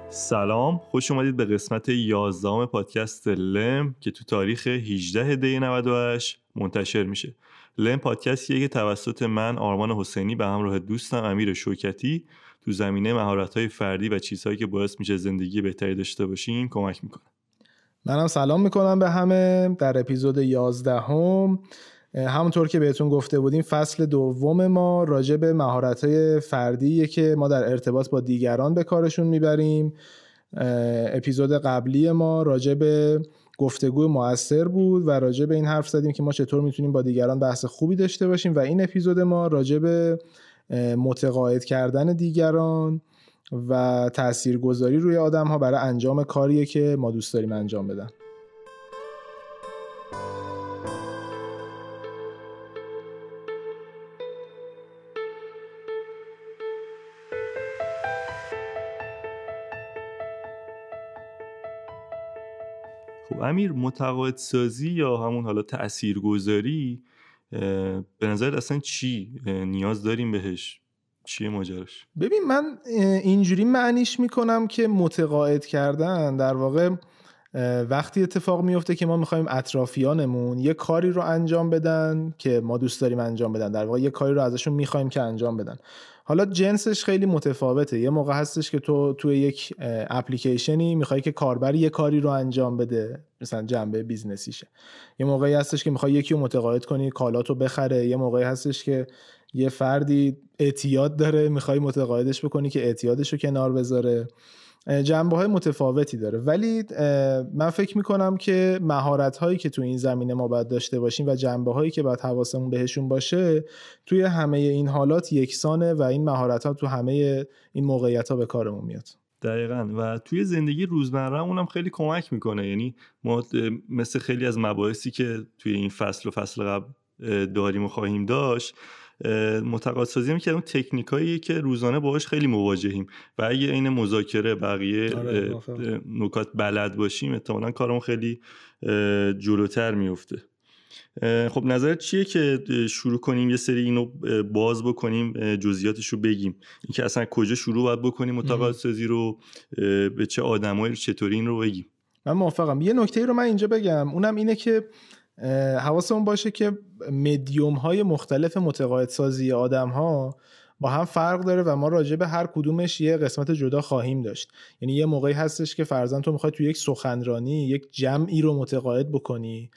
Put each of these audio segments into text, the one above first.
سلام، خوش اومدید به قسمت 11 پادکست لم که تو تاریخ 18 دی 98 منتشر میشه. لم پادکستیه که توسط من آرمان حسینی به همراه دوستم امیر شوکتی تو زمینه مهارت‌های فردی و چیزهایی که باعث میشه زندگی بهتری داشته باشیم کمک میکنه. منم سلام میکنم به همه. در اپیزود 11 همونطور که بهتون گفته بودیم فصل دوم ما راجع به مهارت‌های فردیه که ما در ارتباط با دیگران به کارشون میبریم. اپیزود قبلی ما راجع به گفتگو مؤثر بود و راجع به این حرف زدیم که ما چطور میتونیم با دیگران بحث خوبی داشته باشیم و این اپیزود ما راجع به متقاعد کردن دیگران و تاثیرگذاری روی آدم‌ها برای انجام کاریه که ما دوست داریم انجام بدن. خب امیر، متقاعد سازی یا همون حالا تاثیرگذاری به نظرت اصلا چی نیاز داریم بهش؟ چیه ماجراش؟ ببین، من اینجوری معنیش میکنم که متقاعد کردن در واقع وقتی اتفاق میفته که ما میخوایم اطرافیانمون یه کاری رو انجام بدن که ما دوست داریم انجام بدن، در واقع یه کاری رو ازشون میخوایم که انجام بدن. حالا جنسش خیلی متفاوته. یه موقع هستش که توی یک اپلیکیشنی میخوای که کاربر یه کاری رو انجام بده، مثلا جنبه بیزنسیشه. یه موقعی هستش که میخوای یکی رو متقاعد کنی کالاتو بخره. یه موقعی هستش که یه فردی اعتیاد داره، میخوای متقاعدش بکنی که اعتیادشو کنار بذاره. جنبه‌های متفاوتی داره، ولی من فکر میکنم که مهارت‌هایی که تو این زمینه ما باید داشته باشیم و جنبه‌هایی که باید حواسمون بهشون باشه توی همه این حالات یکسانه و این مهارت‌ها تو همه این موقعیت‌ها به کارمون میاد. دقیقاً. و توی زندگی روزمره‌مون هم خیلی کمک میکنه. یعنی ما مثل خیلی از مباحثی که توی این فصل و فصل قبل داریم و خواهیم داشت، متقاعدسازی هم که اون تکنیکاییه که روزانه باهاش خیلی مواجهیم و اگه این مذاکره بقیه نکات بلد باشیم احتمالاً کارمون خیلی جلوتر میفته. خب نظرت چیه که شروع کنیم یه سری اینو باز بکنیم، جزئیاتشو بگیم، اینکه اصلا کجا شروع باید بکنیم متقاعدسازی رو، به چه آدمایی چطوری این رو بگیم؟ من موافقم. یه نکته رو من اینجا بگم، اونم اینه که حواسمون باشه که مدیوم های مختلف متقاعدسازی آدم ها با هم فرق داره و ما راجع به هر کدومش یه قسمت جدا خواهیم داشت. یعنی یه موقعی هستش که فرضاً تو میخوای تو یک سخنرانی یک جمعی رو متقاعد بکنی،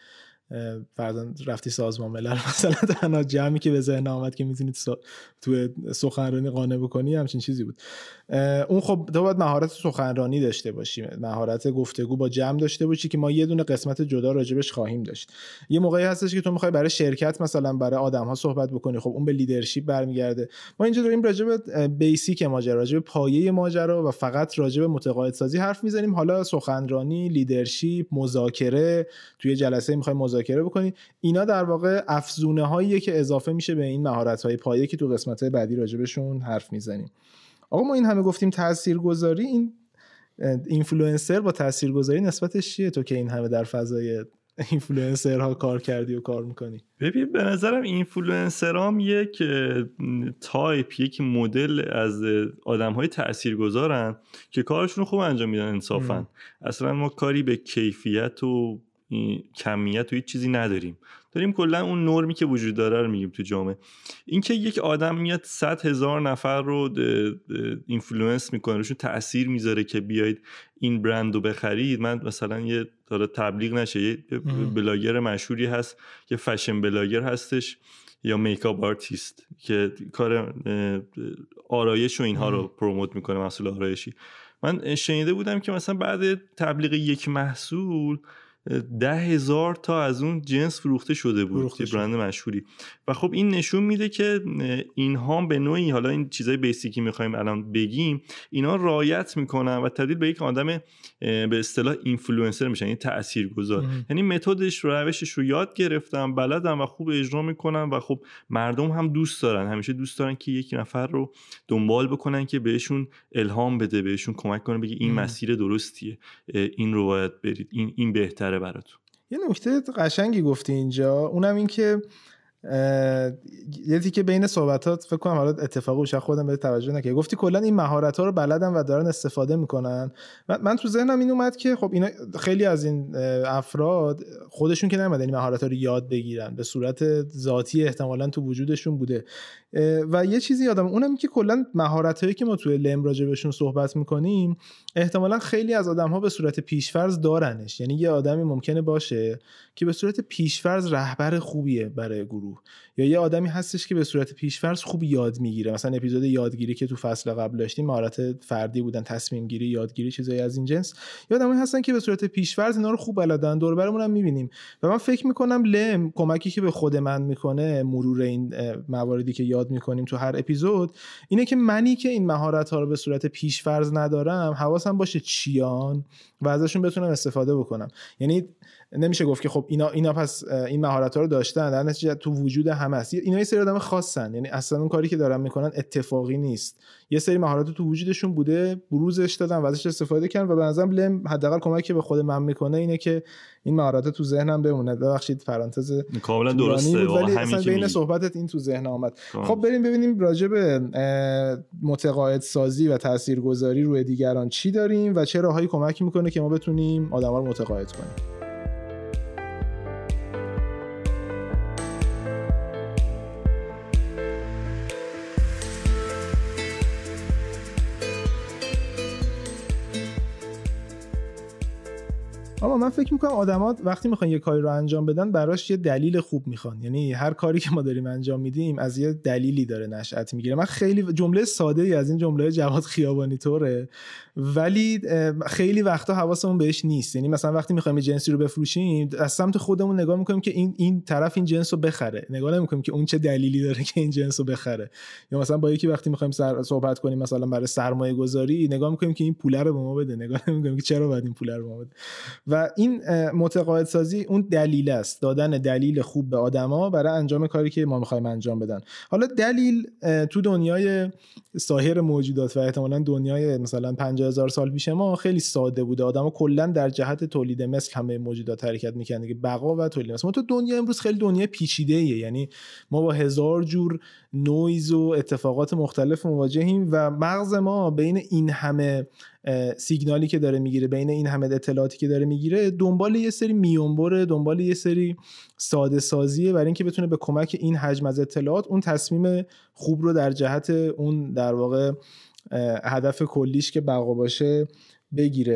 فرضاً رفتی سازمان ملل مثلا، تنها جمعی که به ذهن آمد که میتونید تو سخنرانی قانع بکنی همچین چیزی بود. اون خب تو باید مهارت سخنرانی داشته باشی، مهارت گفتگو با جمع داشته باشی که ما یه دونه قسمت جدا راجبش خواهیم داشت. یه موقعی هستش که تو میخوای برای شرکت مثلا برای آدم‌ها صحبت بکنی، خب اون به لیدرشپ برمیگرده. ما اینجا داریم راجب بیسیک ماجرا، راجب پایه ماجرا و فقط راجب متقاعدسازی حرف میزنیم. حالا سخنرانی، لیدرشپ، مذاکره، توی جلسه میخوای مذاکره بکنی، اینا در واقع افزونه هاییه که اضافه میشه به این مهارت های پایه که تو قسمت بعدی راجبشون حرف میزنیم. آقا ما این همه گفتیم تاثیرگذاری، این اینفلوئنسر با تاثیرگذاری نسبتش چیه؟ تو که این همه در فضای اینفلوئنسرها کار کردی و کار میکنی. ببین، به نظرم اینفلوئنسرام یک تایپ، یک مدل از آدم‌های تاثیرگذارن که کارشون رو خوب انجام میدن انصافا. اصلا ما کاری به کیفیت و کمیت و هیچ چیزی نداریم، داریم کلا اون نرمی که وجود داره رو میگیم تو جامعه. اینکه یک آدم میاد 100,000 نفر رو اینفلوئنس میکنه، روشون تأثیر میذاره که بیاید این برند رو بخرید. من مثلا یه داره تبلیغ نشه، یه بلاگر مشهوری هست، یه فشن بلاگر هستش یا میکاپ آرتیست که کار آرایش و اینها رو پروموت میکنه، محصول آرایشی. من شنیده بودم که مثلا بعد تبلیغ یک محصول 10,000 تا از اون جنس فروخته شده بود که برند مشهوری. و خب این نشون میده که اینها به نوعی، حالا این چیزای بیسیکی میخوایم الان بگیم، اینا رعایت میکنن و تبدیل به یک آدم به اصطلاح اینفلوئنسر میشن، یعنی تاثیرگذار. یعنی متدش و روشش رو یاد گرفتن، بلدن و خوب اجرا میکنن و خب مردم هم دوست دارن، همیشه دوست دارن که یک نفر رو دنبال بکنن که بهشون الهام بده، بهشون کمک کنه، بگه این مسیر درستیه، این رو باید برید، این بهتره براتون. یه نکته قشنگی گفتی اینجا، اونم این که یه تیکه بین صحبتات فکر کنم حالا اتفاقی بشه خودم به توجه نکردم، گفتی کلا این مهارت‌ها رو بلدن و دارن استفاده میکنن. من تو ذهنم این اومد که خب اینا خیلی از این افراد خودشون که نمیدن این مهارت‌ها رو یاد بگیرن، به صورت ذاتی احتمالاً تو وجودشون بوده. و یه چیزی یادم اونم که کلا مهارت‌هایی که ما توی لم راجع بهشون صحبت میکنیم احتمالاً خیلی از آدم‌ها به صورت پیش‌فرض دارنش. یعنی یه آدمی ممکنه باشه که به صورت پیش‌فرض رهبر خوبیه برای گروه، یا یه آدمی هستش که به صورت پیش‌فرض خوب یاد میگیره. مثلا اپیزود یادگیری که تو فصل قبل داشتیم مهارت فردی بودن، تصمیم گیری، یادگیری، چیزایی از این جنس. یا آدمایی هستن که به صورت پیش‌فرض اینا رو خوب بلدن، دور برمون هم می‌بینیم. و من فکر می‌کنم لم کمکی که به خود من می‌کنه، مرور این مواردی که یاد می‌کنیم تو هر اپیزود، اینه که منی که این مهارت‌ها رو به صورت پیش‌فرض ندارم، حواسم باشه چیان و ازشون بتونم استفاده بکنم. یعنی نمیشه گفت که خب اینا پس این مهارت‌ها رو داشتن، در نتیجه تو وجود همه است. اینا یه سری آدم خاصن، یعنی اصلا اون کاری که دارن میکنن اتفاقی نیست. یه سری مهارت تو وجودشون بوده، بروزش دادن و ازش استفاده کردن و به نظرم لم حداقل کمکی که به خود من میکنه اینه که این مهارت تو ذهنم بمونه. ببخشید پرانتز کاملا درسته، ولی اصلا بین صحبتت این تو ذهن اومد. خب بریم ببینیم راجع به متقاعد سازی و تاثیرگذاری روی دیگران چی داریم و چه راههایی کمک میکنه که ما بتونیم آدم‌ها رو متقاعد کنیم. اما من فکر میکنم آدم‌ها وقتی میخوان یه کاری رو انجام بدن براش یه دلیل خوب میخوان. یعنی هر کاری که ما داریم انجام میدیم از یه دلیلی داره نشأت میگیره. من خیلی جمله ساده‌ای از این جمله جواد خیابانی طوره، ولی خیلی وقتا حواسمون بهش نیست. یعنی مثلا وقتی میخوایم جنسی رو بفروشیم از سمت خودمون نگاه میکنیم که این طرف این جنس رو بخره، نگاه نمیکنیم که اون چه دلیلی داره که این جنس رو بخره. یا مثلا با یکی وقتی میخوایم صحبت کنیم مثلا برای سرمایه گذاری نگاه میکنیم که این پول رو به ما بده، نگاه نمیکنیم که چرا باید این پول رو به ما بده. و این متقاعد سازی اون دلیل است، دادن دلیل خوب به آدما برای انجام کاری که ما میخوایم انجام بدن. حالا دلیل تو دنیای سایر موجودات و احتمالاً دنیای مثلا 50,000 سال پیش ما خیلی ساده بوده. آدما کلا در جهت تولید مثل همه موجودات حرکت میکنن که بقا و تولید مثل. ما تو دنیا امروز خیلی دنیا پیچیده‌ایه، یعنی ما با هزار جور نویز و اتفاقات مختلف مواجهیم و مغز ما بین این همه سیگنالی که داره میگیره، بین این همه اطلاعاتی که داره میگیره، دنبال یه سری میونبره، دنبال یه سری ساده سازیه برای اینکه بتونه به کمک این حجم از اطلاعات اون تصمیم خوب رو در جهت اون در واقع هدف کلیش که بقا باشه بگیره.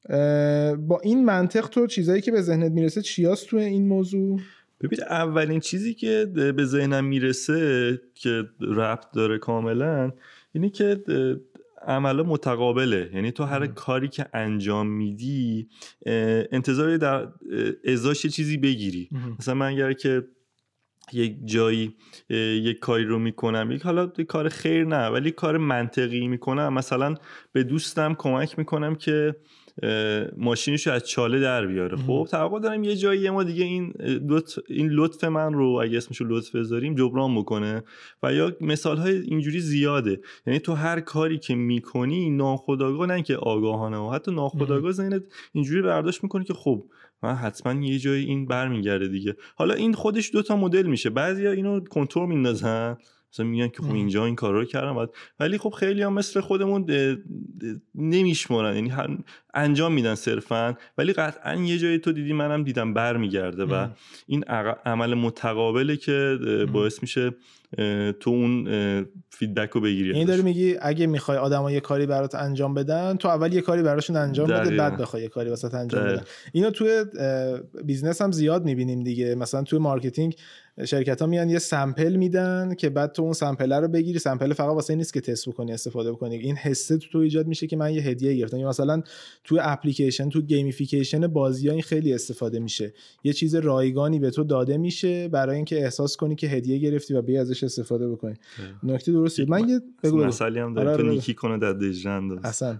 با این منطق تو چیزایی که به ذهنت میرسه چیاست تو این موضوع؟ ببین اولین چیزی که به ذهنم میرسه که ربط داره کاملا اینی که عملا متقابله. یعنی تو هر کاری که انجام میدی انتظاری در ازاش یه چیزی بگیری. مثلا من اگر که یک جایی یک کاری رو میکنم، یک حالا کار خیر نه ولی کار منطقی میکنم، مثلا به دوستم کمک میکنم که ماشینشو از چاله در بیاره، خب توقع دارم یه جایی ما دیگه این لطف من رو اگه اسمشو لطف بذاریم جبران بکنه. و یا مثالهای اینجوری زیاده. یعنی تو هر کاری که میکنی ناخودآگاه، نه که آگاهانه، و حتی ناخودآگاه ذهنت اینجوری برداشت میکنه که خب من حتما یه جایی این برمیگرده دیگه. حالا این خودش دوتا مدل میشه، بعضیا اینو کنترل میندازن، مثلا میگن که خب اینجا این کارا رو کردم، ولی خب خیلی هم مثل خودمون نمیشمرن، یعنی انجام میدن صرفا، ولی قطعا یه جایی تو دیدی منم دیدم برمیگرده و این عمل متقابله که باعث میشه تو اون فیدبک رو بگیری. این داری میگی اگه میخوای آدما یه کاری برات انجام بدن، تو اول یه کاری براشون انجام بده، بعد بخوای یه کاری واسط انجام بدن. اینو توی بیزنس هم زیاد میبینیم دیگه. مثلا توی مارکتینگ شرکت‌ها میان یه سامپل میدن که بعد تو اون سامپل رو بگیری. سامپل فقط واسه این نیست که تست بکنی، استفاده بکنی. این حسه تو ایجاد میشه که من یه هدیه گرفتم. یا مثلا توی اپلیکیشن، تو گیمفیکیشن بازی‌ها این خیلی استفاده میشه. یه چیز رایگانی به تو داده میشه برای اینکه احساس کنی که هدیه گرفتی و بیا ازش استفاده بکنی. نکته درستی. من یه بگو مثالی هم دارم، تو نیکی کنه در دژند اصلا.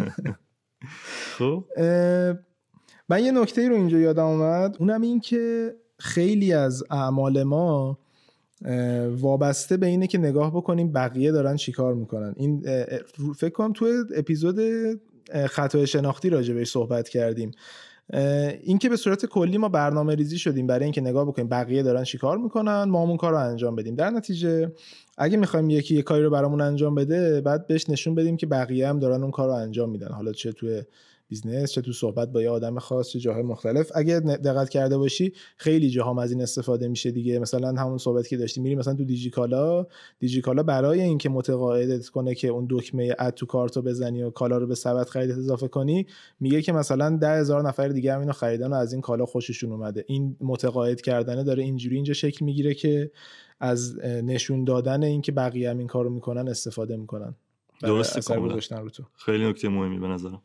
خب من یه نکته رو اینجا یادم اومد، اونم این که خیلی از اعمال ما وابسته به اینه که نگاه بکنیم بقیه دارن چیکار میکنن. این فکر کنم توی اپیزود خطای شناختی راجع بهش صحبت کردیم. این که به صورت کلی ما برنامه ریزی شدیم برای اینکه نگاه بکنیم بقیه دارن چیکار میکنن، ما همون کار رو انجام بدیم. در نتیجه اگه میخوایم یکی یه کاری رو برامون انجام بده، بعد بهش نشون بدیم که بقیه هم دارن اون کار رو انجام میدن، حالا چه توی بیزنس، چه تو صحبت با یه آدم خاص، چه جاهای مختلف. اگه دقت کرده باشی خیلی جاها از این استفاده میشه دیگه. مثلا همون صحبتی که داشتیم، میریم مثلا تو دیجیکالا برای اینکه متقاعدت کنه که اون دکمه اد تو کارتو بزنی و کالا رو به سبد خریدت اضافه کنی، میگه که مثلا 10,000 نفر دیگه هم اینو خریدن و از این کالا خوششون اومده. این متقاعد کردنه داره اینجا شکل میگیره که از نشون دادن این که بقیه هم این کارو میکنن استفاده میکنن. درسته، کاملا گذاشتن رو تو. خیلی نکته مهمی به نظرم.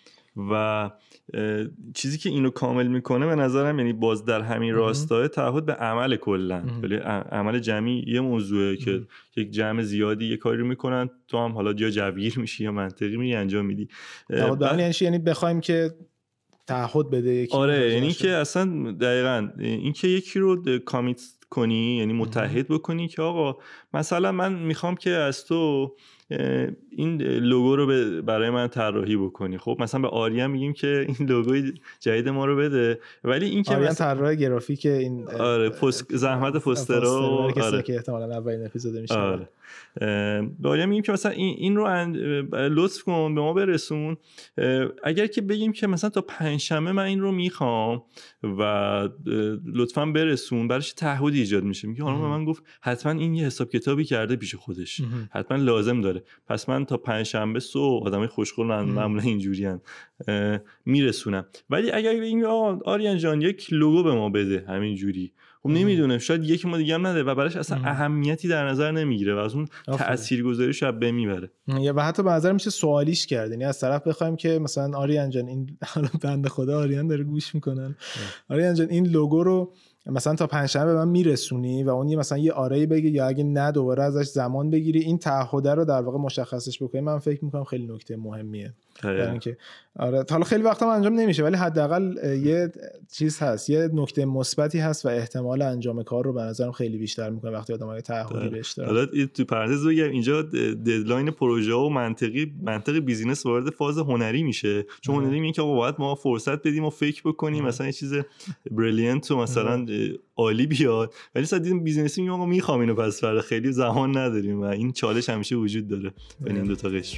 و چیزی که اینو کامل میکنه به نظرم، یعنی باز در همین راستای تعهد به عمل کلا، ولی عمل جمعی یه موضوعه که یک جمع زیادی یه کاری رو میکنن، تو هم حالا یا جوگیر میشی یا منطقی میری انجام میدی. یعنی بخوایم که تعهد بده یکی. آره، یعنی که اصلا دقیقاً این که یکی رو کامیت کنی، یعنی متحد بکنی که آقا مثلا من میخوام که از تو این لوگو رو برای من طراحی بکنی. خب مثلا به آریان میگیم که این لوگوی جدید ما رو بده، ولی این که آریان طراح گرافیک این زحمت پوسترها، آره که احتمالاً اولین اپیزود میشه. آره. به آریان میگیم که مثلا این رو لطف کن به ما برسون. اگر که بگیم که مثلا تا پنجشنبه من این رو میخوام و لطفاً برسون، براش تعهدی ایجاد میشه. میگه حالا من گفت حتما این یه حساب کتابی کرده پیش خودش، حتما لازم داره، پس من تا پنجشنبه صبح، آدمای خوشقول معمولا اینجوریان، میرسونم. ولی اگر بگیم آریان جان یک لوگو به ما بده همینجوری، خب نمیدونه، شاید یکی ما دیگه هم نده و براش اصلا اهمیتی در نظر نمیگیره و از اون تاثیرگذاری شب بمیبره. یا و حتی به نظر میشه سوالیش کرد، یعنی از طرف بخوایم که مثلا آریان جان این حالا بنده خدا آریان داره گوش میکنن، آریان جان این لوگو رو مثلا تا پنجشنبه به من میرسونی و اون مثلا یه آرایی بگه، یا اگه نه دوباره ازش زمان بگیری، این تعهد رو در واقع مشخصش بکنی. من فکر میکنم خیلی نکته مهمیه. یعنی که آره حالا خیلی وقتا انجام نمیشه، ولی حداقل یه چیز هست، یه نکته مثبتی هست و احتمال انجام کار رو به نظرم خیلی بیشتر میکنه وقتی آدمای تعهدی بهش دارن. حالا تو پرانتز بگم اینجا ددلاین پروژه و منطق بیزینس وارد فاز هنری میشه، چون هنری میگه که آقا باید ما فرصت بدیم و فکر بکنیم مثلا یه چیز بریلیانت و مثلا عالی بیاد، ولی صد دیدیم بیزینسی میگه آقا میخوام اینو پس فردا خیلی زمان نداریم و این چالش همیشه وجود داره بین این دو تا قشر.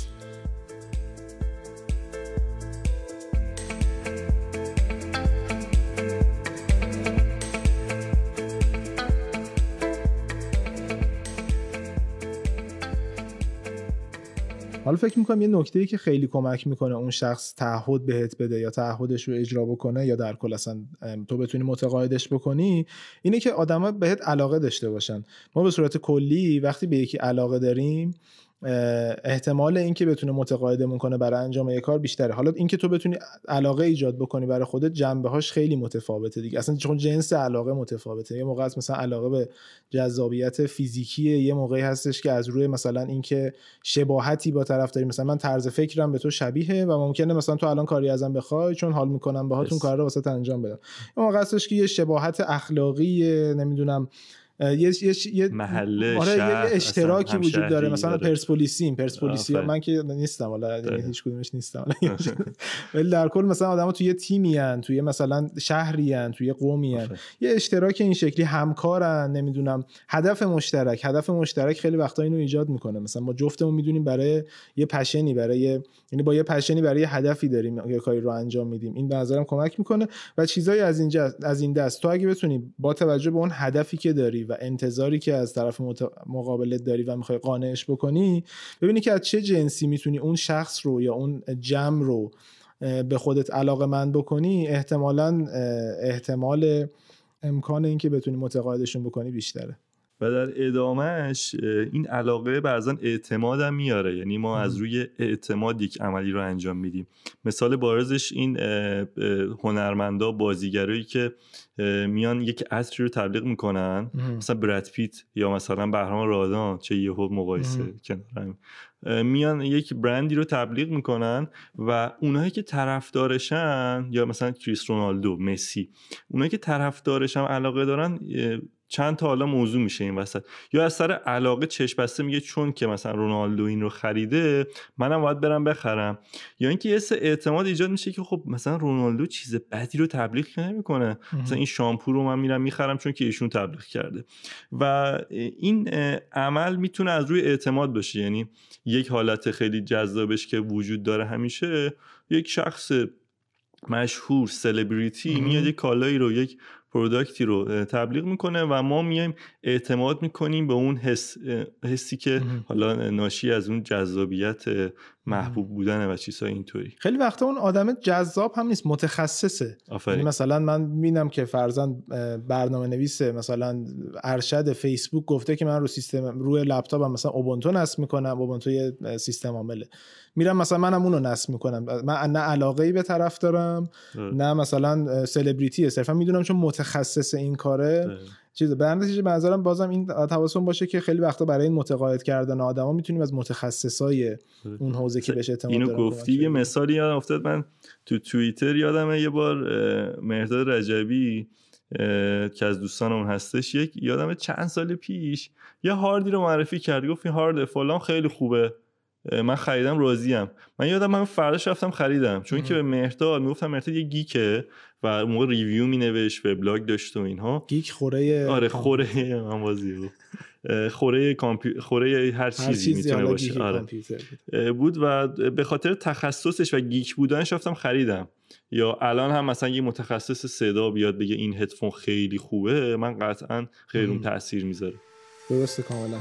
حالا فکر میکنم یه نکته‌ای که خیلی کمک میکنه اون شخص تعهد بهت بده یا تعهدش رو اجرا بکنه یا در کل اصلا تو بتونی متقاعدش بکنی، اینه که آدما بهت علاقه داشته باشن. ما به صورت کلی وقتی به یکی علاقه داریم، احتمال این که بتونه متقاعدمون کنه برای انجام یک کار بیشتره. حالا این که تو بتونی علاقه ایجاد بکنی برای خودت، جنبه‌هاش خیلی متفاوته دیگه، اصلا چون جنس علاقه متفاوته. یه موقع مثلا علاقه به جذابیت فیزیکیه، یه موقعی هستش که از روی مثلا این که شباهتی با طرف داری، مثلا من طرز فکرم به تو شبیهه و ممکنه مثلا تو الان کاری ازم بخوای چون حال میکنم باهاتون کار رو واسه انجام بدم. یه موقع هستش که یه شباهت اخلاقی، نمیدونم یه محله، آره شهر، یه اشتراکی وجود داره. مثلا داره. پرسپولیسی من که نیستم، حالا هیچ کدومش نیستم، ولی در کل مثلا آدما توی تیمی ان، توی مثلا شهری ان، توی قومی ان، یه اشتراک این شکلی همکارن، نمیدونم هدف مشترک خیلی وقتا اینو ایجاد میکنه. مثلا ما جفتمون میدونیم برای یه پشنی، یعنی با یه پشنی برای یه هدفی داریم یه کاری رو انجام میدیم. این به نظرم کمک میکنه و چیزایی از این دست. تو اگه بتونی با توجه به اون هدفی که داری و انتظاری که از طرف مقابلت داری و میخوای قانعش بکنی، ببینی که از چه جنسی میتونی اون شخص رو یا اون جمع رو به خودت علاقه‌مند بکنی، احتمال امکان این که بتونی متقاعدشون بکنی بیشتره. و در ادامهش این علاقه بعضا اعتماد هم میاره، یعنی ما از روی اعتماد یک عملی رو انجام میدیم. مثال بارزش این هنرمندا، بازیگرایی که میان یک عصری رو تبلیغ میکنن، مثلا براد پیت یا مثلا بهرام رادان، چه یهو مقایسه کنارم، میان یک برندی رو تبلیغ میکنن و اونایی که طرفدارشن، یا مثلا کریس رونالدو، مسی، اونایی که طرفدارشن علاقه دارن، چند تا حالا موضوع میشه این وسط. یا از سر علاقه چشم بسته میگه چون که مثلا رونالدو این رو خریده منم باید برم بخرم. یا اینکه یه سه اعتماد ایجاد میشه که خب مثلا رونالدو چیز بدی رو تبلیغ نمیکنه، مثلا این شامپو رو من میرم میخرم چون که ایشون تبلیغ کرده. و این عمل میتونه از روی اعتماد باشه. یعنی یک حالت خیلی جذابش که وجود داره همیشه، یک شخص مشهور سلبریتی میاد یک کالایی رو، یک پروداکتی رو تبلیغ میکنه و ما میایم اعتماد میکنیم به اون حسی که حالا ناشی از اون جذابیت محبوب بودن و چیزهای اینطوری. خیلی وقتا اون آدم جذاب هم نیست، متخصصه. یعنی مثلا من میبینم که فرضاً برنامه نویس مثلا ارشد فیسبوک گفته که من رو سیستم روی لپتاپم مثلا اوبونتو نصب میکنم، اوبونتو یه سیستم عامله، میرم مثلا منم اونو نصب میکنم. من نه علاقه‌ای به طرف دارم نه مثلا سلبریتیه، صرفا میدونم چون متخصص این کاره چیزه. به نتیجه به نظرم بازم این تواسم باشه که خیلی وقتا برای این متقاعد کردن آدما میتونیم از متخصصای اون حوزه که بهش اعتماد دارن. اینو گفتی یه مثالی یادم افتاد، من تو توییتر یادمه یه بار مهرداد رجبی که از دوستانمون هستش، یادمه چند سال پیش یه هاردی رو معرفی کرد، گفت این هارد فلان خیلی خوبه، من خریدم راضیم. من یادم من فرداش رفتم خریدم، چون که به مهرداد میگفتم مهرداد یه گیکه و اون موقع ریویو مینوشت، وبلاگ داشت و اینها. گیک خوره، آره خوره من بازی خوره هر چیزی میتونه باشه. آره بود و به خاطر تخصصش و گیک بودنش رفتم خریدم. یا الان هم مثلا یه متخصص صدا بیاد بگه این هدفون خیلی خوبه، من قطعا خیلی اون تاثیر میذاره. درسته کاملا.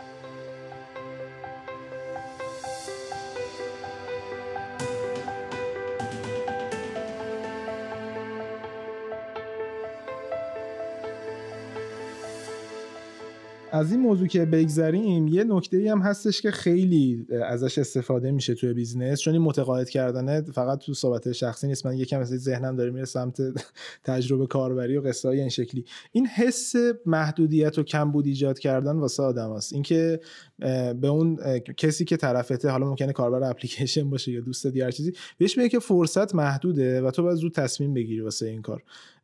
از این موضوع که بگذریم، یه نکته‌ای هم هستش که خیلی ازش استفاده میشه توی بیزنس، چون این متقاعد کردنه فقط تو صحبت شخصی نیست. من یکم از ذهنم داره میره سمت تجربه کاربری و قصه‌های این شکلی. این حس محدودیت و کمبود ایجاد کردن واسه آدماست. این که به اون کسی که طرفته، حالا ممکنه کاربر اپلیکیشن باشه یا دوست دیگه هر چیزی، بهش میگه که فرصت محدوده و تو باید زود تصمیم بگیری واسه این کار.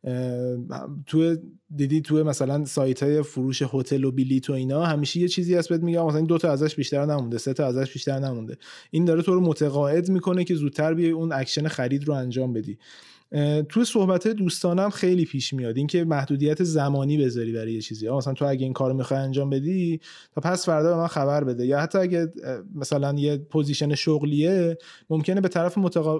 تو مثلا سایت‌های فروش هتل و بلیط و اینا همیشه یه چیزی هست بهت میگه مثلا این 2 تا ازش بیشتر نمونده، 3 تا ازش بیشتر نمونده. این داره تو رو متقاعد میکنه که زودتر بیای اون اکشن خرید رو انجام بدی. توی صحبت دوستانم خیلی پیش میاد این که محدودیت زمانی بذاری برای یه چیزی. مثلا تو اگه این کارو میخوای انجام بدی تا پس فردا به من خبر بده، یا حتی اگه مثلا یه پوزیشن شغلیه ممکنه به طرف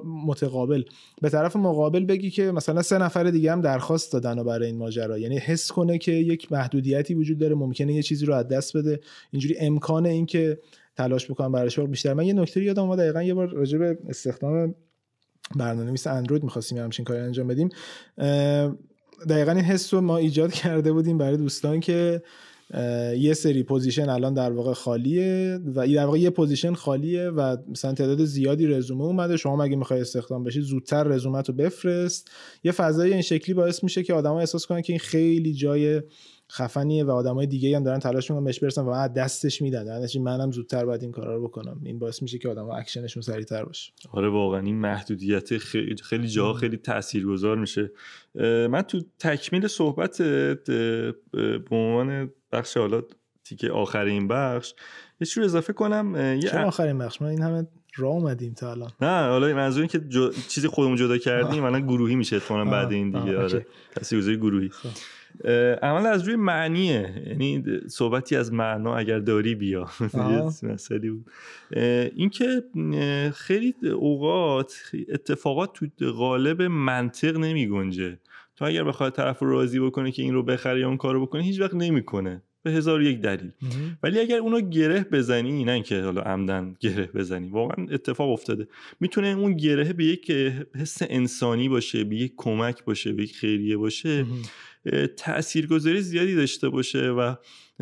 مقابل بگی که مثلا 3 نفر دیگه هم درخواست دادن و برای این ماجرا، یعنی حس کنه که یک محدودیتی وجود داره، ممکنه یه چیزی رو از دست بده، اینجوری امکانه این که تلاش بکنم برای شغل بیشتر. من یه نکته یادم اومد دقیقاً یه بار راجع به استخدام برنامه‌نویس اندروید می‌خواستیم همچین کاری انجام بدیم. دقیقاً این حس رو ما ایجاد کرده بودیم برای دوستان که یه سری پوزیشن الان در واقع خالیه و در واقع یه پوزیشن خالیه و مثلا تعداد زیادی رزومه اومده، شما اگه می‌خوای استخدام بشی زودتر رزومتو بفرست. یه فضای این شکلی باعث میشه که آدم‌ها احساس کنن که این خیلی جای خفنیه و آدمای دیگه هم دارن تلاش میکنن بهش برسن و من دستش میدن، یعنی منم زودتر باید این کارا رو بکنم. این باعث میشه که آدم‌ها اکشنشون سریعتر باشه. آره واقعا این محدودیت خیلی جاها خیلی تاثیرگذار میشه. من تو تکمیل صحبت به عنوان بخش حالا تیکه آخر این بخش یه چیز اضافه کنم. چه آخرین بخش؟ ما این همه راه اومدیم تا الان. نه حالا منظور این که چیزی خودمون جدا کردیم الان گروهی میشه احتمالاً بعد این دیگه. آره تاثیرگذاری گروهی. عمل از روی معنیه، یعنی صحبتی از معنا اگر داری بیا. مسئله بود این که خیلی اوقات اتفاقات تو قالب منطق نمی گنجه. تو اگر بخواد طرف رو راضی بکنه که این رو بخره یا اون کارو بکنه هیچ وقت نمیکنه به 1001 دلیل. ولی اگر اونو گره بزنی، نه اینکه حالا عمدن گره بزنی، واقعا اتفاق افتاده، میتونه اون گره به یک حس انسانی باشه، به یک کمک باشه، به یک خیریه باشه، تاثیرگذاری زیادی داشته باشه و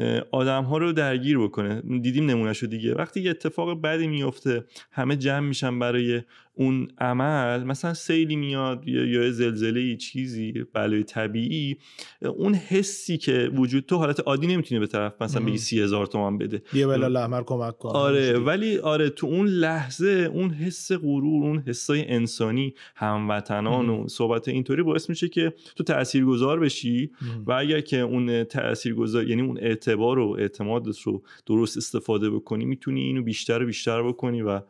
آدم ها رو درگیر بکنه. دیدیم نمونهشو دیگه، وقتی یه اتفاق بدی میفته همه جمع میشن برای اون عمل، مثلا سیلی میاد یا زلزله‌ای چیزی بلای طبیعی، اون حسی که وجود تو حالت عادی نمیتونه به طرف مثلا بگی 30,000 تومان بده بیا بلال احمر کمک کن. آره ولی آره تو اون لحظه اون حس غرور، اون حسای انسانی، هموطنان و صحبت اینطوری باعث میشه که تو تاثیرگذار بشی و اگر که اون تاثیرگذار یعنی اون اعتبار و اعتمادت رو درست استفاده بکنی، میتونی اینو بیشتر و بیشتر بکنی و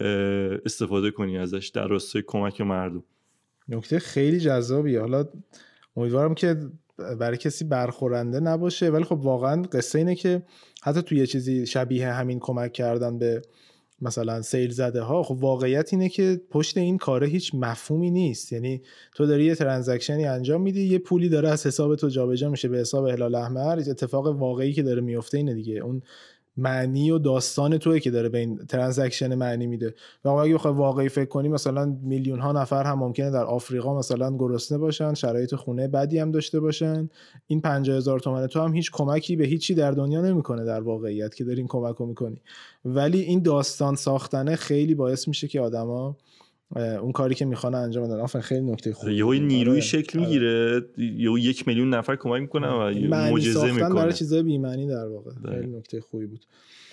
استفاده کنی ازش در راستای کمک مردم. نکته خیلی جذابیه. حالا امیدوارم که برای کسی برخورنده نباشه، ولی خب واقعا قصه اینه که حتی توی یه چیزی شبیه همین کمک کردن به مثلا سیل زده ها، خب واقعیت اینه که پشت این کاره هیچ مفهومی نیست. یعنی تو داری یه ترانزکشنی انجام میدی، یه پولی داره از حساب تو جابجا میشه به حساب هلال احمر. اتفاق واقعی که داره میفته اینه دیگه، اون معنی و داستان توئه که داره به این ترانزکشن معنی میده. و اگه بخوای واقعی فکر کنی، مثلا میلیون ها نفر هم ممکنه در آفریقا مثلا گرسنه باشن، شرایط خونه بدی هم داشته باشن، این 50,000 تومان تو هم هیچ کمکی به هیچی در دنیا نمیکنه در واقعیت که داری این کمکو میکنی. ولی این داستان ساختنه خیلی باعث میشه که آدما اون کاری که میخوان انجام بدن. آفرین، خیلی نکته خوبه. یهو نیروی شکل میگیره، یهو 1 میلیون نفر کمک میکنن و معجزه میکنه برای چیزای بی معنی در واقع. خیلی نکته خوبی بود.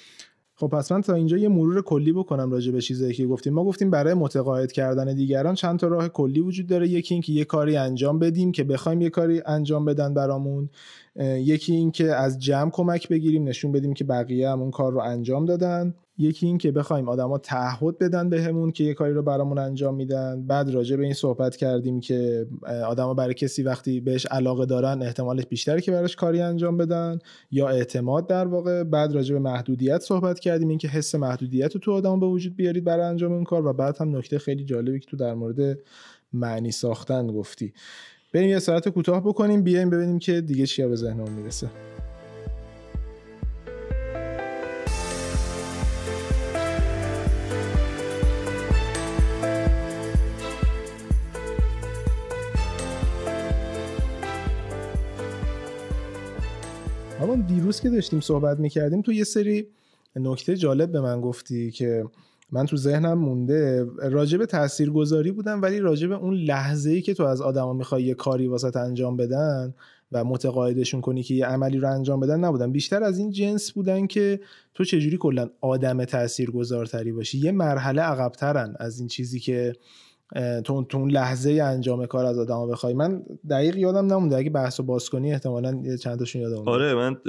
خب پس من تا اینجا یه مرور کلی بکنم راجع به چیزایی که گفتیم. ما گفتیم برای متقاعد کردن دیگران چند تا راه کلی وجود داره. یکی این که یه کاری انجام بدیم که بخوایم یه کاری انجام بدن برامون. یکی این که از جمع کمک بگیریم، نشون بدیم که بقیه هم اون کار رو انجام دادن. یکی این که بخوایم آدما تعهد بدن بهمون که یه کاری رو برامون انجام میدن. بعد راجع به این صحبت کردیم که آدما برای کسی وقتی بهش علاقه دارن احتمالش بیشتره که براش کاری انجام بدن، یا اعتماد در واقع. بعد راجع به محدودیت صحبت کردیم، این که حس محدودیت رو تو آدما به وجود بیارید برای انجام اون کار. و بعد هم نکته خیلی جالبی که تو در مورد معنی ساختن گفتی. بریم یه ساعت کوتاه بکنیم، بیایم ببینیم که دیگه چیا به ذهنمون میرسه. اما دیروز که داشتیم صحبت میکردیم تو یه سری نکته جالب به من گفتی که من تو ذهنم مونده. راجب تاثیرگذاری بودن، ولی راجب اون لحظه‌ای که تو از آدما میخوای یه کاری واسط انجام بدن و متقاعدشون کنی که یه عملی رو انجام بدن نبودن. بیشتر از این جنس بودن که تو چجوری کلا آدم تاثیرگذارتری باشی. یه مرحله عقب‌ترن از این چیزی که تو اون لحظه انجام کار از آدما بخوای. من دقیق یادم نمونده، اگه بحثو باز کنی احتمالاً چند تاشون یادم اومد. آره من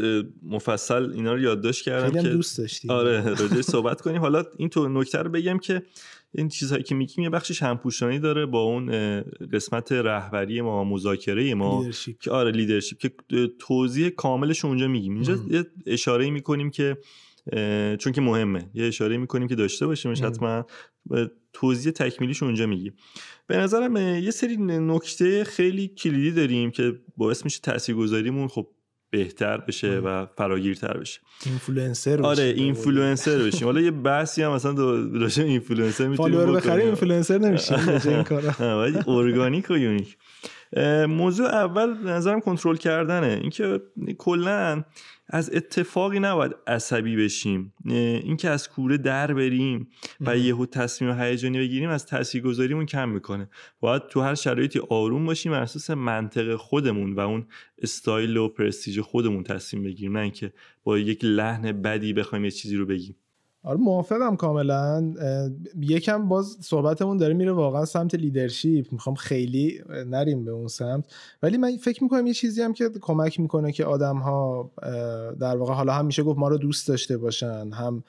مفصل اینا رو یادداشت کردم که دوست داشتی. آره راجعش صحبت کنیم. حالا این تو نکته رو بگم که این چیزهایی که میگیم یه بخشش همپوشانی داره با اون قسمت رهبری ما، مذاکره ما که آره لیدرشپ، که توضیح کاملش اونجا میگیم. اینجا یه اشاره‌ای میکنیم که چون که مهمه، یه اشاره میکنیم که داشته باشیمش حتما. توضیح تکمیلیش اونجا میگیم. به نظرم یه سری نکته خیلی کلیدی داریم که باعث میشه تاثیرگذاریمون خب بهتر بشه و فراگیرتر بشه. اینفلوئنسر بشیم. آره اینفلوئنسر بشیم. حالا یه بحثی هم مثلا راجع به اینفلوئنسر میتونیم فالوور بخریم، اینفلوئنسر نمیشیم راجع این کارا. ولی ارگانیک و یونیک. موضوع اول نظرم کنترل کردنه. اینکه کلا از اتفاقی نباید عصبی بشیم، اینکه از کوره در بریم و یهو تصمیم هیجانی بگیریم از تاثیرگذاریمون کم میکنه. باید تو هر شرایطی آروم باشیم، بر اساس منطق خودمون و اون استایل و پرستیژ خودمون تصمیم بگیریم، نه اینکه با یک لحن بدی بخوایم یه چیزی رو بگیم. آره موافقم کاملا. یکم باز صحبتمون داره میره واقعا سمت لیدرشپ، میخوام خیلی نریم به اون سمت، ولی من فکر میکنم یه چیزی هم که کمک میکنه که آدم ها در واقع حالا هم میشه گفت ما رو دوست داشته باشن، هم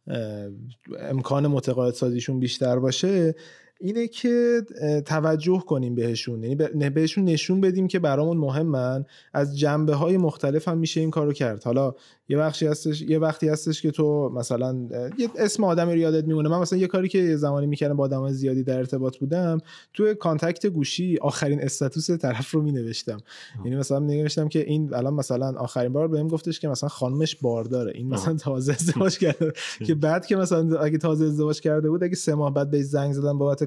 امکان متقاعد سازیشون بیشتر باشه، اینه که توجه کنیم بهشون، یعنی بهشون نشون بدیم که برامون مهمن. از جنبه‌های مختلف هم میشه این کارو کرد. حالا یه وقتی هستش که تو مثلا یه اسم آدمی رو یادت میمونه. من مثلا یه کاری که یه زمانی میکردم با آدمای زیادی در ارتباط بودم، توی کانتکت گوشی آخرین استاتوس طرف رو مینوشتم. یعنی مثلا می‌نوشتم که این الان مثلا آخرین بار بهم گفتش که مثلا خانمش بارداره، این مثلا تازه ازدواج کرده که بعد که مثلا اگه تازه ازدواج کرده بود، اگه 3 ماه بعد بهش زنگ زدم بابت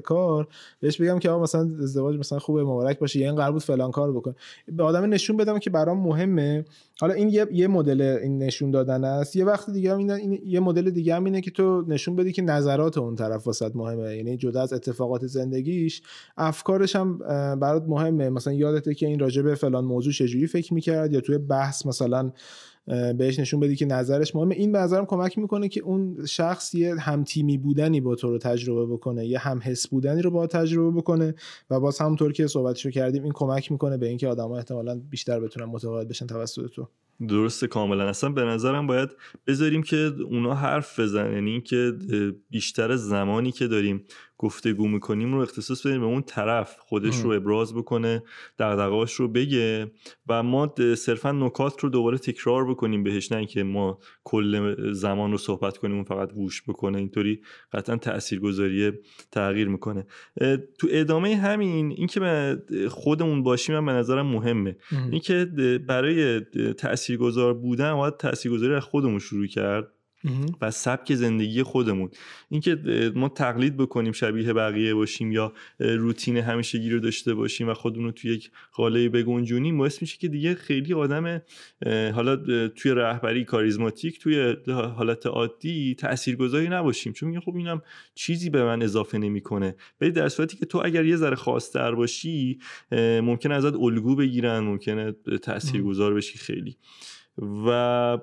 کار بهش بگم که آقا مثلا ازدواج مثلا خوبه مبارک باشه یا این قرار بود فلان کار بکن، به آدم نشون بدم که برام مهمه. حالا این یه مدل این نشون دادن است. یه وقت دیگه هم این یه مدل دیگه هم اینه که تو نشون بدی که نظرات اون طرف واسط مهمه، یعنی جدا از اتفاقات زندگیش افکارش هم برات مهمه. مثلا یادته که این راجع به فلان موضوع چجوری فکر می‌کرد، یا توی بحث مثلا بهش نشون بدی که نظرش مهمه. این به نظرم کمک میکنه که اون شخص یه هم تیمی بودنی با تو رو تجربه بکنه، یه هم حس بودنی رو با تجربه بکنه و باز همونطور که صحبتشو کردیم این کمک میکنه به اینکه آدم‌ها احتمالاً بیشتر بتونن متقاعد بشن توسط تو. درسته کاملا. اصلا به نظرم باید بذاریم که اونا حرف بزنن، یعنی این که بیشتر زمانی که داریم گفتگو میکنیم رو اختصاص بدیم به اون طرف خودش رو ابراز بکنه، دغدغه‌اش رو بگه و ما صرفا نکات رو دوباره تکرار بکنیم بهش، نه اینکه ما کل زمان رو صحبت کنیم اون فقط گوش بکنه. اینطوری قطعا تاثیرگذاری تغییر میکنه. تو ادامه همین این که خودمون باشیم هم به نظرم مهمه. این که برای تاثیرگذار بودن باید تاثیرگذاری از خودمون شروع کرد و سبک زندگی خودمون. اینکه ما تقلید بکنیم، شبیه بقیه باشیم یا روتین همیشگی رو داشته باشیم و خودمون رو توی یک قالبی بگنجونیم باعث میشه که دیگه خیلی آدم حالا توی رهبری کاریزماتیک توی حالت عادی تاثیرگذاری نباشیم، چون میگه خب اینم چیزی به من اضافه نمیکنه. ولی در صورتی که تو اگر یه ذره خاص‌تر باشی ممکنه ازت الگو بگیرن، ممکنه تاثیرگذار بشی خیلی. و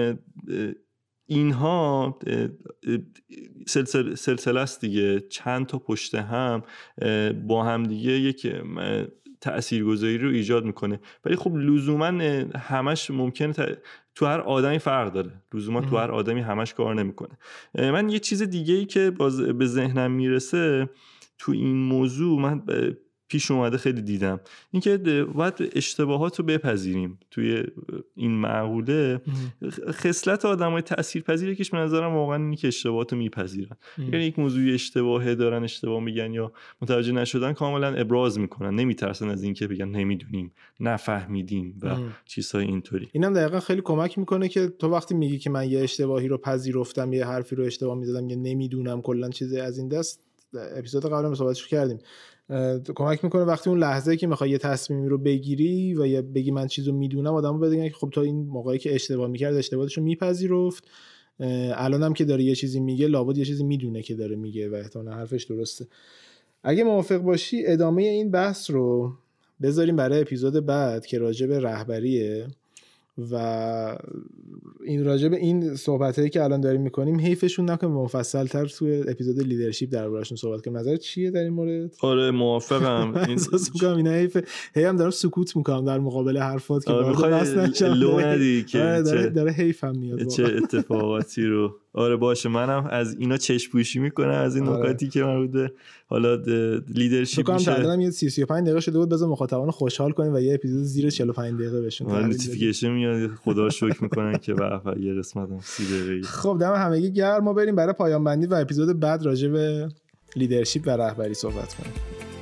اینها سلسله است دیگه، چند تا پشت هم با هم دیگه یک تاثیرگذاری رو ایجاد میکنه. ولی خب لزوما همش ممکنه تو هر آدمی فرق داره، لزوما تو هر آدمی همش کار نمیکنه. من یه چیز دیگه ای که باز به ذهنم میرسه تو این موضوع، من پیش اومده خیلی دیدم، اینکه باید اشتباهات رو بپذیریم. توی این معقوله خصلت آدمای تاثیرپذیره که به نظرم واقعا اینه که اشتباهات رو میپذیرن. یعنی یک موضوعی اشتباهه دارن اشتباه میگن یا متوجه نشدن کاملا ابراز میکنن، نمیترسن از اینکه بگن نمیدونیم، نفهمیدیم و چیزهای اینطوری. اینم دقیقاً خیلی کمک میکنه که تو وقتی میگی که من یه اشتباهی رو پذیرفتم، یه حرفی رو اشتباه میزدم یا نمیدونم کلا چیزی از این دست، اپیزود قبلا صحبتش کردیم، کمک میکنه وقتی اون لحظه‌ای که میخوای یه تصمیمی رو بگیری و یا بگی من چیزو میدونم، آدمو بگن که خب تا این موقعی که اشتباه میکرد اشتباهشو میپذیرفت، الانم که داره یه چیزی میگه لابد یه چیزی میدونه که داره میگه و احتمالاً حرفش درسته. اگه موافق باشی ادامه این بحث رو بذاریم برای اپیزود بعد که راجع به رهبریه و این راجع به این صحبتایی که الان داریم میکنیم حیفشون نکنه مفصل‌تر توی اپیزود لیدرشپ درباره‌اشون صحبت کنیم. نظرت چیه در این مورد؟ آره موافقم. احساس می‌کنم اینا حیفه، هم دارم سکوت میکنم در مقابل حرفات که لو ندی که داره حیفم میاد چه اتفاقاتی رو. آره باشه، منم از اینا چشم پوشی میکنم از این نکاتی که مربوط به حالا لیدرشپ میشه. فکر کنم یه 35 دقیقه شده بود، بذار مخاطبان خوشحال کنیم و یه اپیزود زیر 45 دقیقه بشون. نوتیفیکیشن میاد، خدا شکر میکنن که به یه قسمت هم 30 دقیقه. خب دم همگی گرم، ما بریم برای پایان بندی و اپیزود بعد راجع به لیدرشپ و رهبری صحبت کنیم.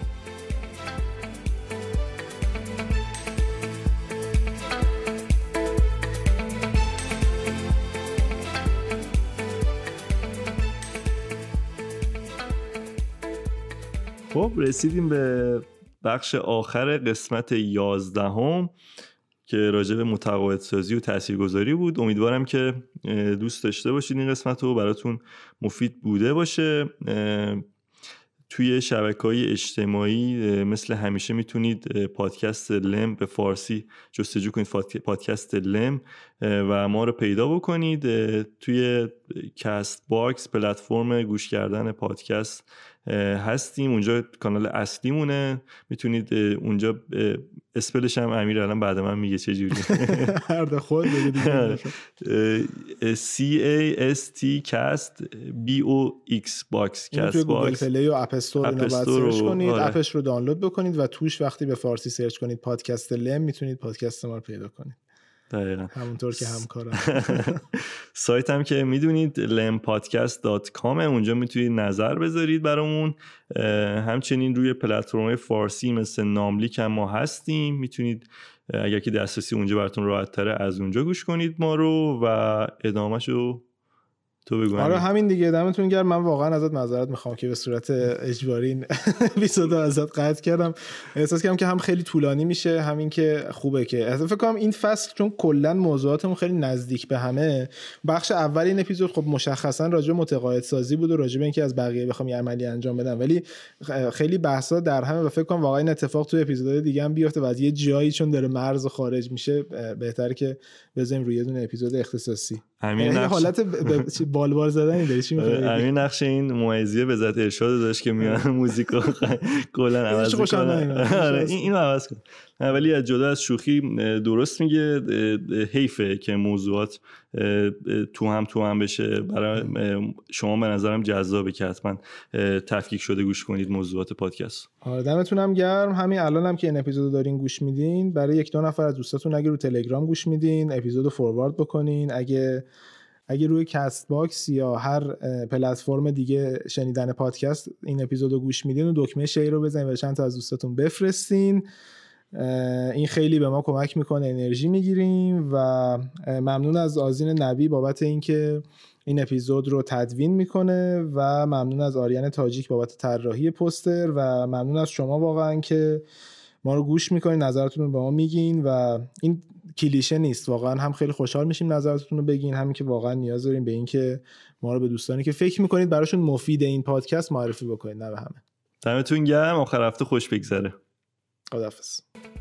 خب رسیدیم به بخش آخر قسمت 11 که راجع به متقاعدسازی و تاثیرگذاری بود. امیدوارم که دوست داشته باشید این قسمت رو، براتون مفید بوده باشه. توی شبکه‌های اجتماعی مثل همیشه میتونید پادکست لم به فارسی جستجو کنید، پادکست لم، و ما رو پیدا بکنید. توی کست باکس پلتفرم گوش کردن پادکست هستیم، اونجا کانال اصلیمونه، میتونید اونجا اسپلش هم امیر الان بعد من میگه چه جوری هر ده خود بگید CAST cast BOX باکس کست توی گوگل پلی و اپ استور اینو بعد سرچ کنید. آره. اپش رو دانلود بکنید و توش وقتی به فارسی سرچ کنید پادکست لم میتونید پادکست ما رو پیدا کنید. دقیقاً همونطور که همکارم. سایت هم که میدونید lempodcast.com، اونجا میتونید نظر بذارید برامون. همچنین روی پلتفرم فارسی مثل ناملیک هم ما هستیم، میتونید اگر که دسترسی اونجا براتون راحت تره از اونجا گوش کنید ما رو و ادامهشو تو بگو. آره همین دیگه، دمتون گرم. من واقعا ازت معذرت میخوام که به صورت اجباری این اپیزودو ازت قطع کردم. احساس کردم که هم خیلی طولانی میشه، همین که خوبه که اصلا فکر کنم این فصل چون کلا موضوعاتمون خیلی نزدیک به همه، بخش اول این اپیزود خب مشخصا راجع به متقاعد سازی بود و راجع به اینکه از بقیه بخوام یه عملی انجام بدم، ولی خیلی بحثا در همه و فکر کنم واقعا این اتفاق توی اپیزودهای دیگه هم بیفته و از یه جایی چون داره مرز خارج میشه بهتره که بزنیم روی یه دونه اپیزود اختصاصی. همین حالت بالوار زدنی داری چی می‌خوای؟ همین نقش این موعظه به ذات ارشاد داشت که میان موزیکو کلا عوض کنه. آره اینو عوض کن. ولی از جدا از شوخی درست میگه، حیفه که موضوعات تو هم بشه. برای شما به نظرم جذابه که حتما تفکیک شده گوش کنید موضوعات پادکست. آره دمتونم گرم. همین الانم که این اپیزودو دارین گوش میدین، برای 1-2 نفر از دوستاتون اگه رو تلگرام گوش میدین اپیزودو فوروارد بکنین. اگه روی کست باکس یا هر پلتفرم دیگه شنیدن پادکست این اپیزودو گوش میدین و دکمه شیر رو بزنین و چند تا از دوستاتون بفرستین. این خیلی به ما کمک میکنه، انرژی میگیریم. و ممنون از آذین نبی بابت اینکه این اپیزود رو تدوین میکنه و ممنون از آریان تاجیک بابت طراحی پوستر و ممنون از شما واقعا که ما رو گوش میکنین، نظرتون رو به ما میگین و این کلیشه نیست، واقعا هم خیلی خوشحال میشیم نظرتون رو بگین، همین که واقعا نیاز داریم به این که ما رو به دوستانی که فکر میکنید براشون مفید این پادکست معرفی بکنید، نه به همه. دمتون گرم، آخر هفته خوش بگذره. خداحافظ.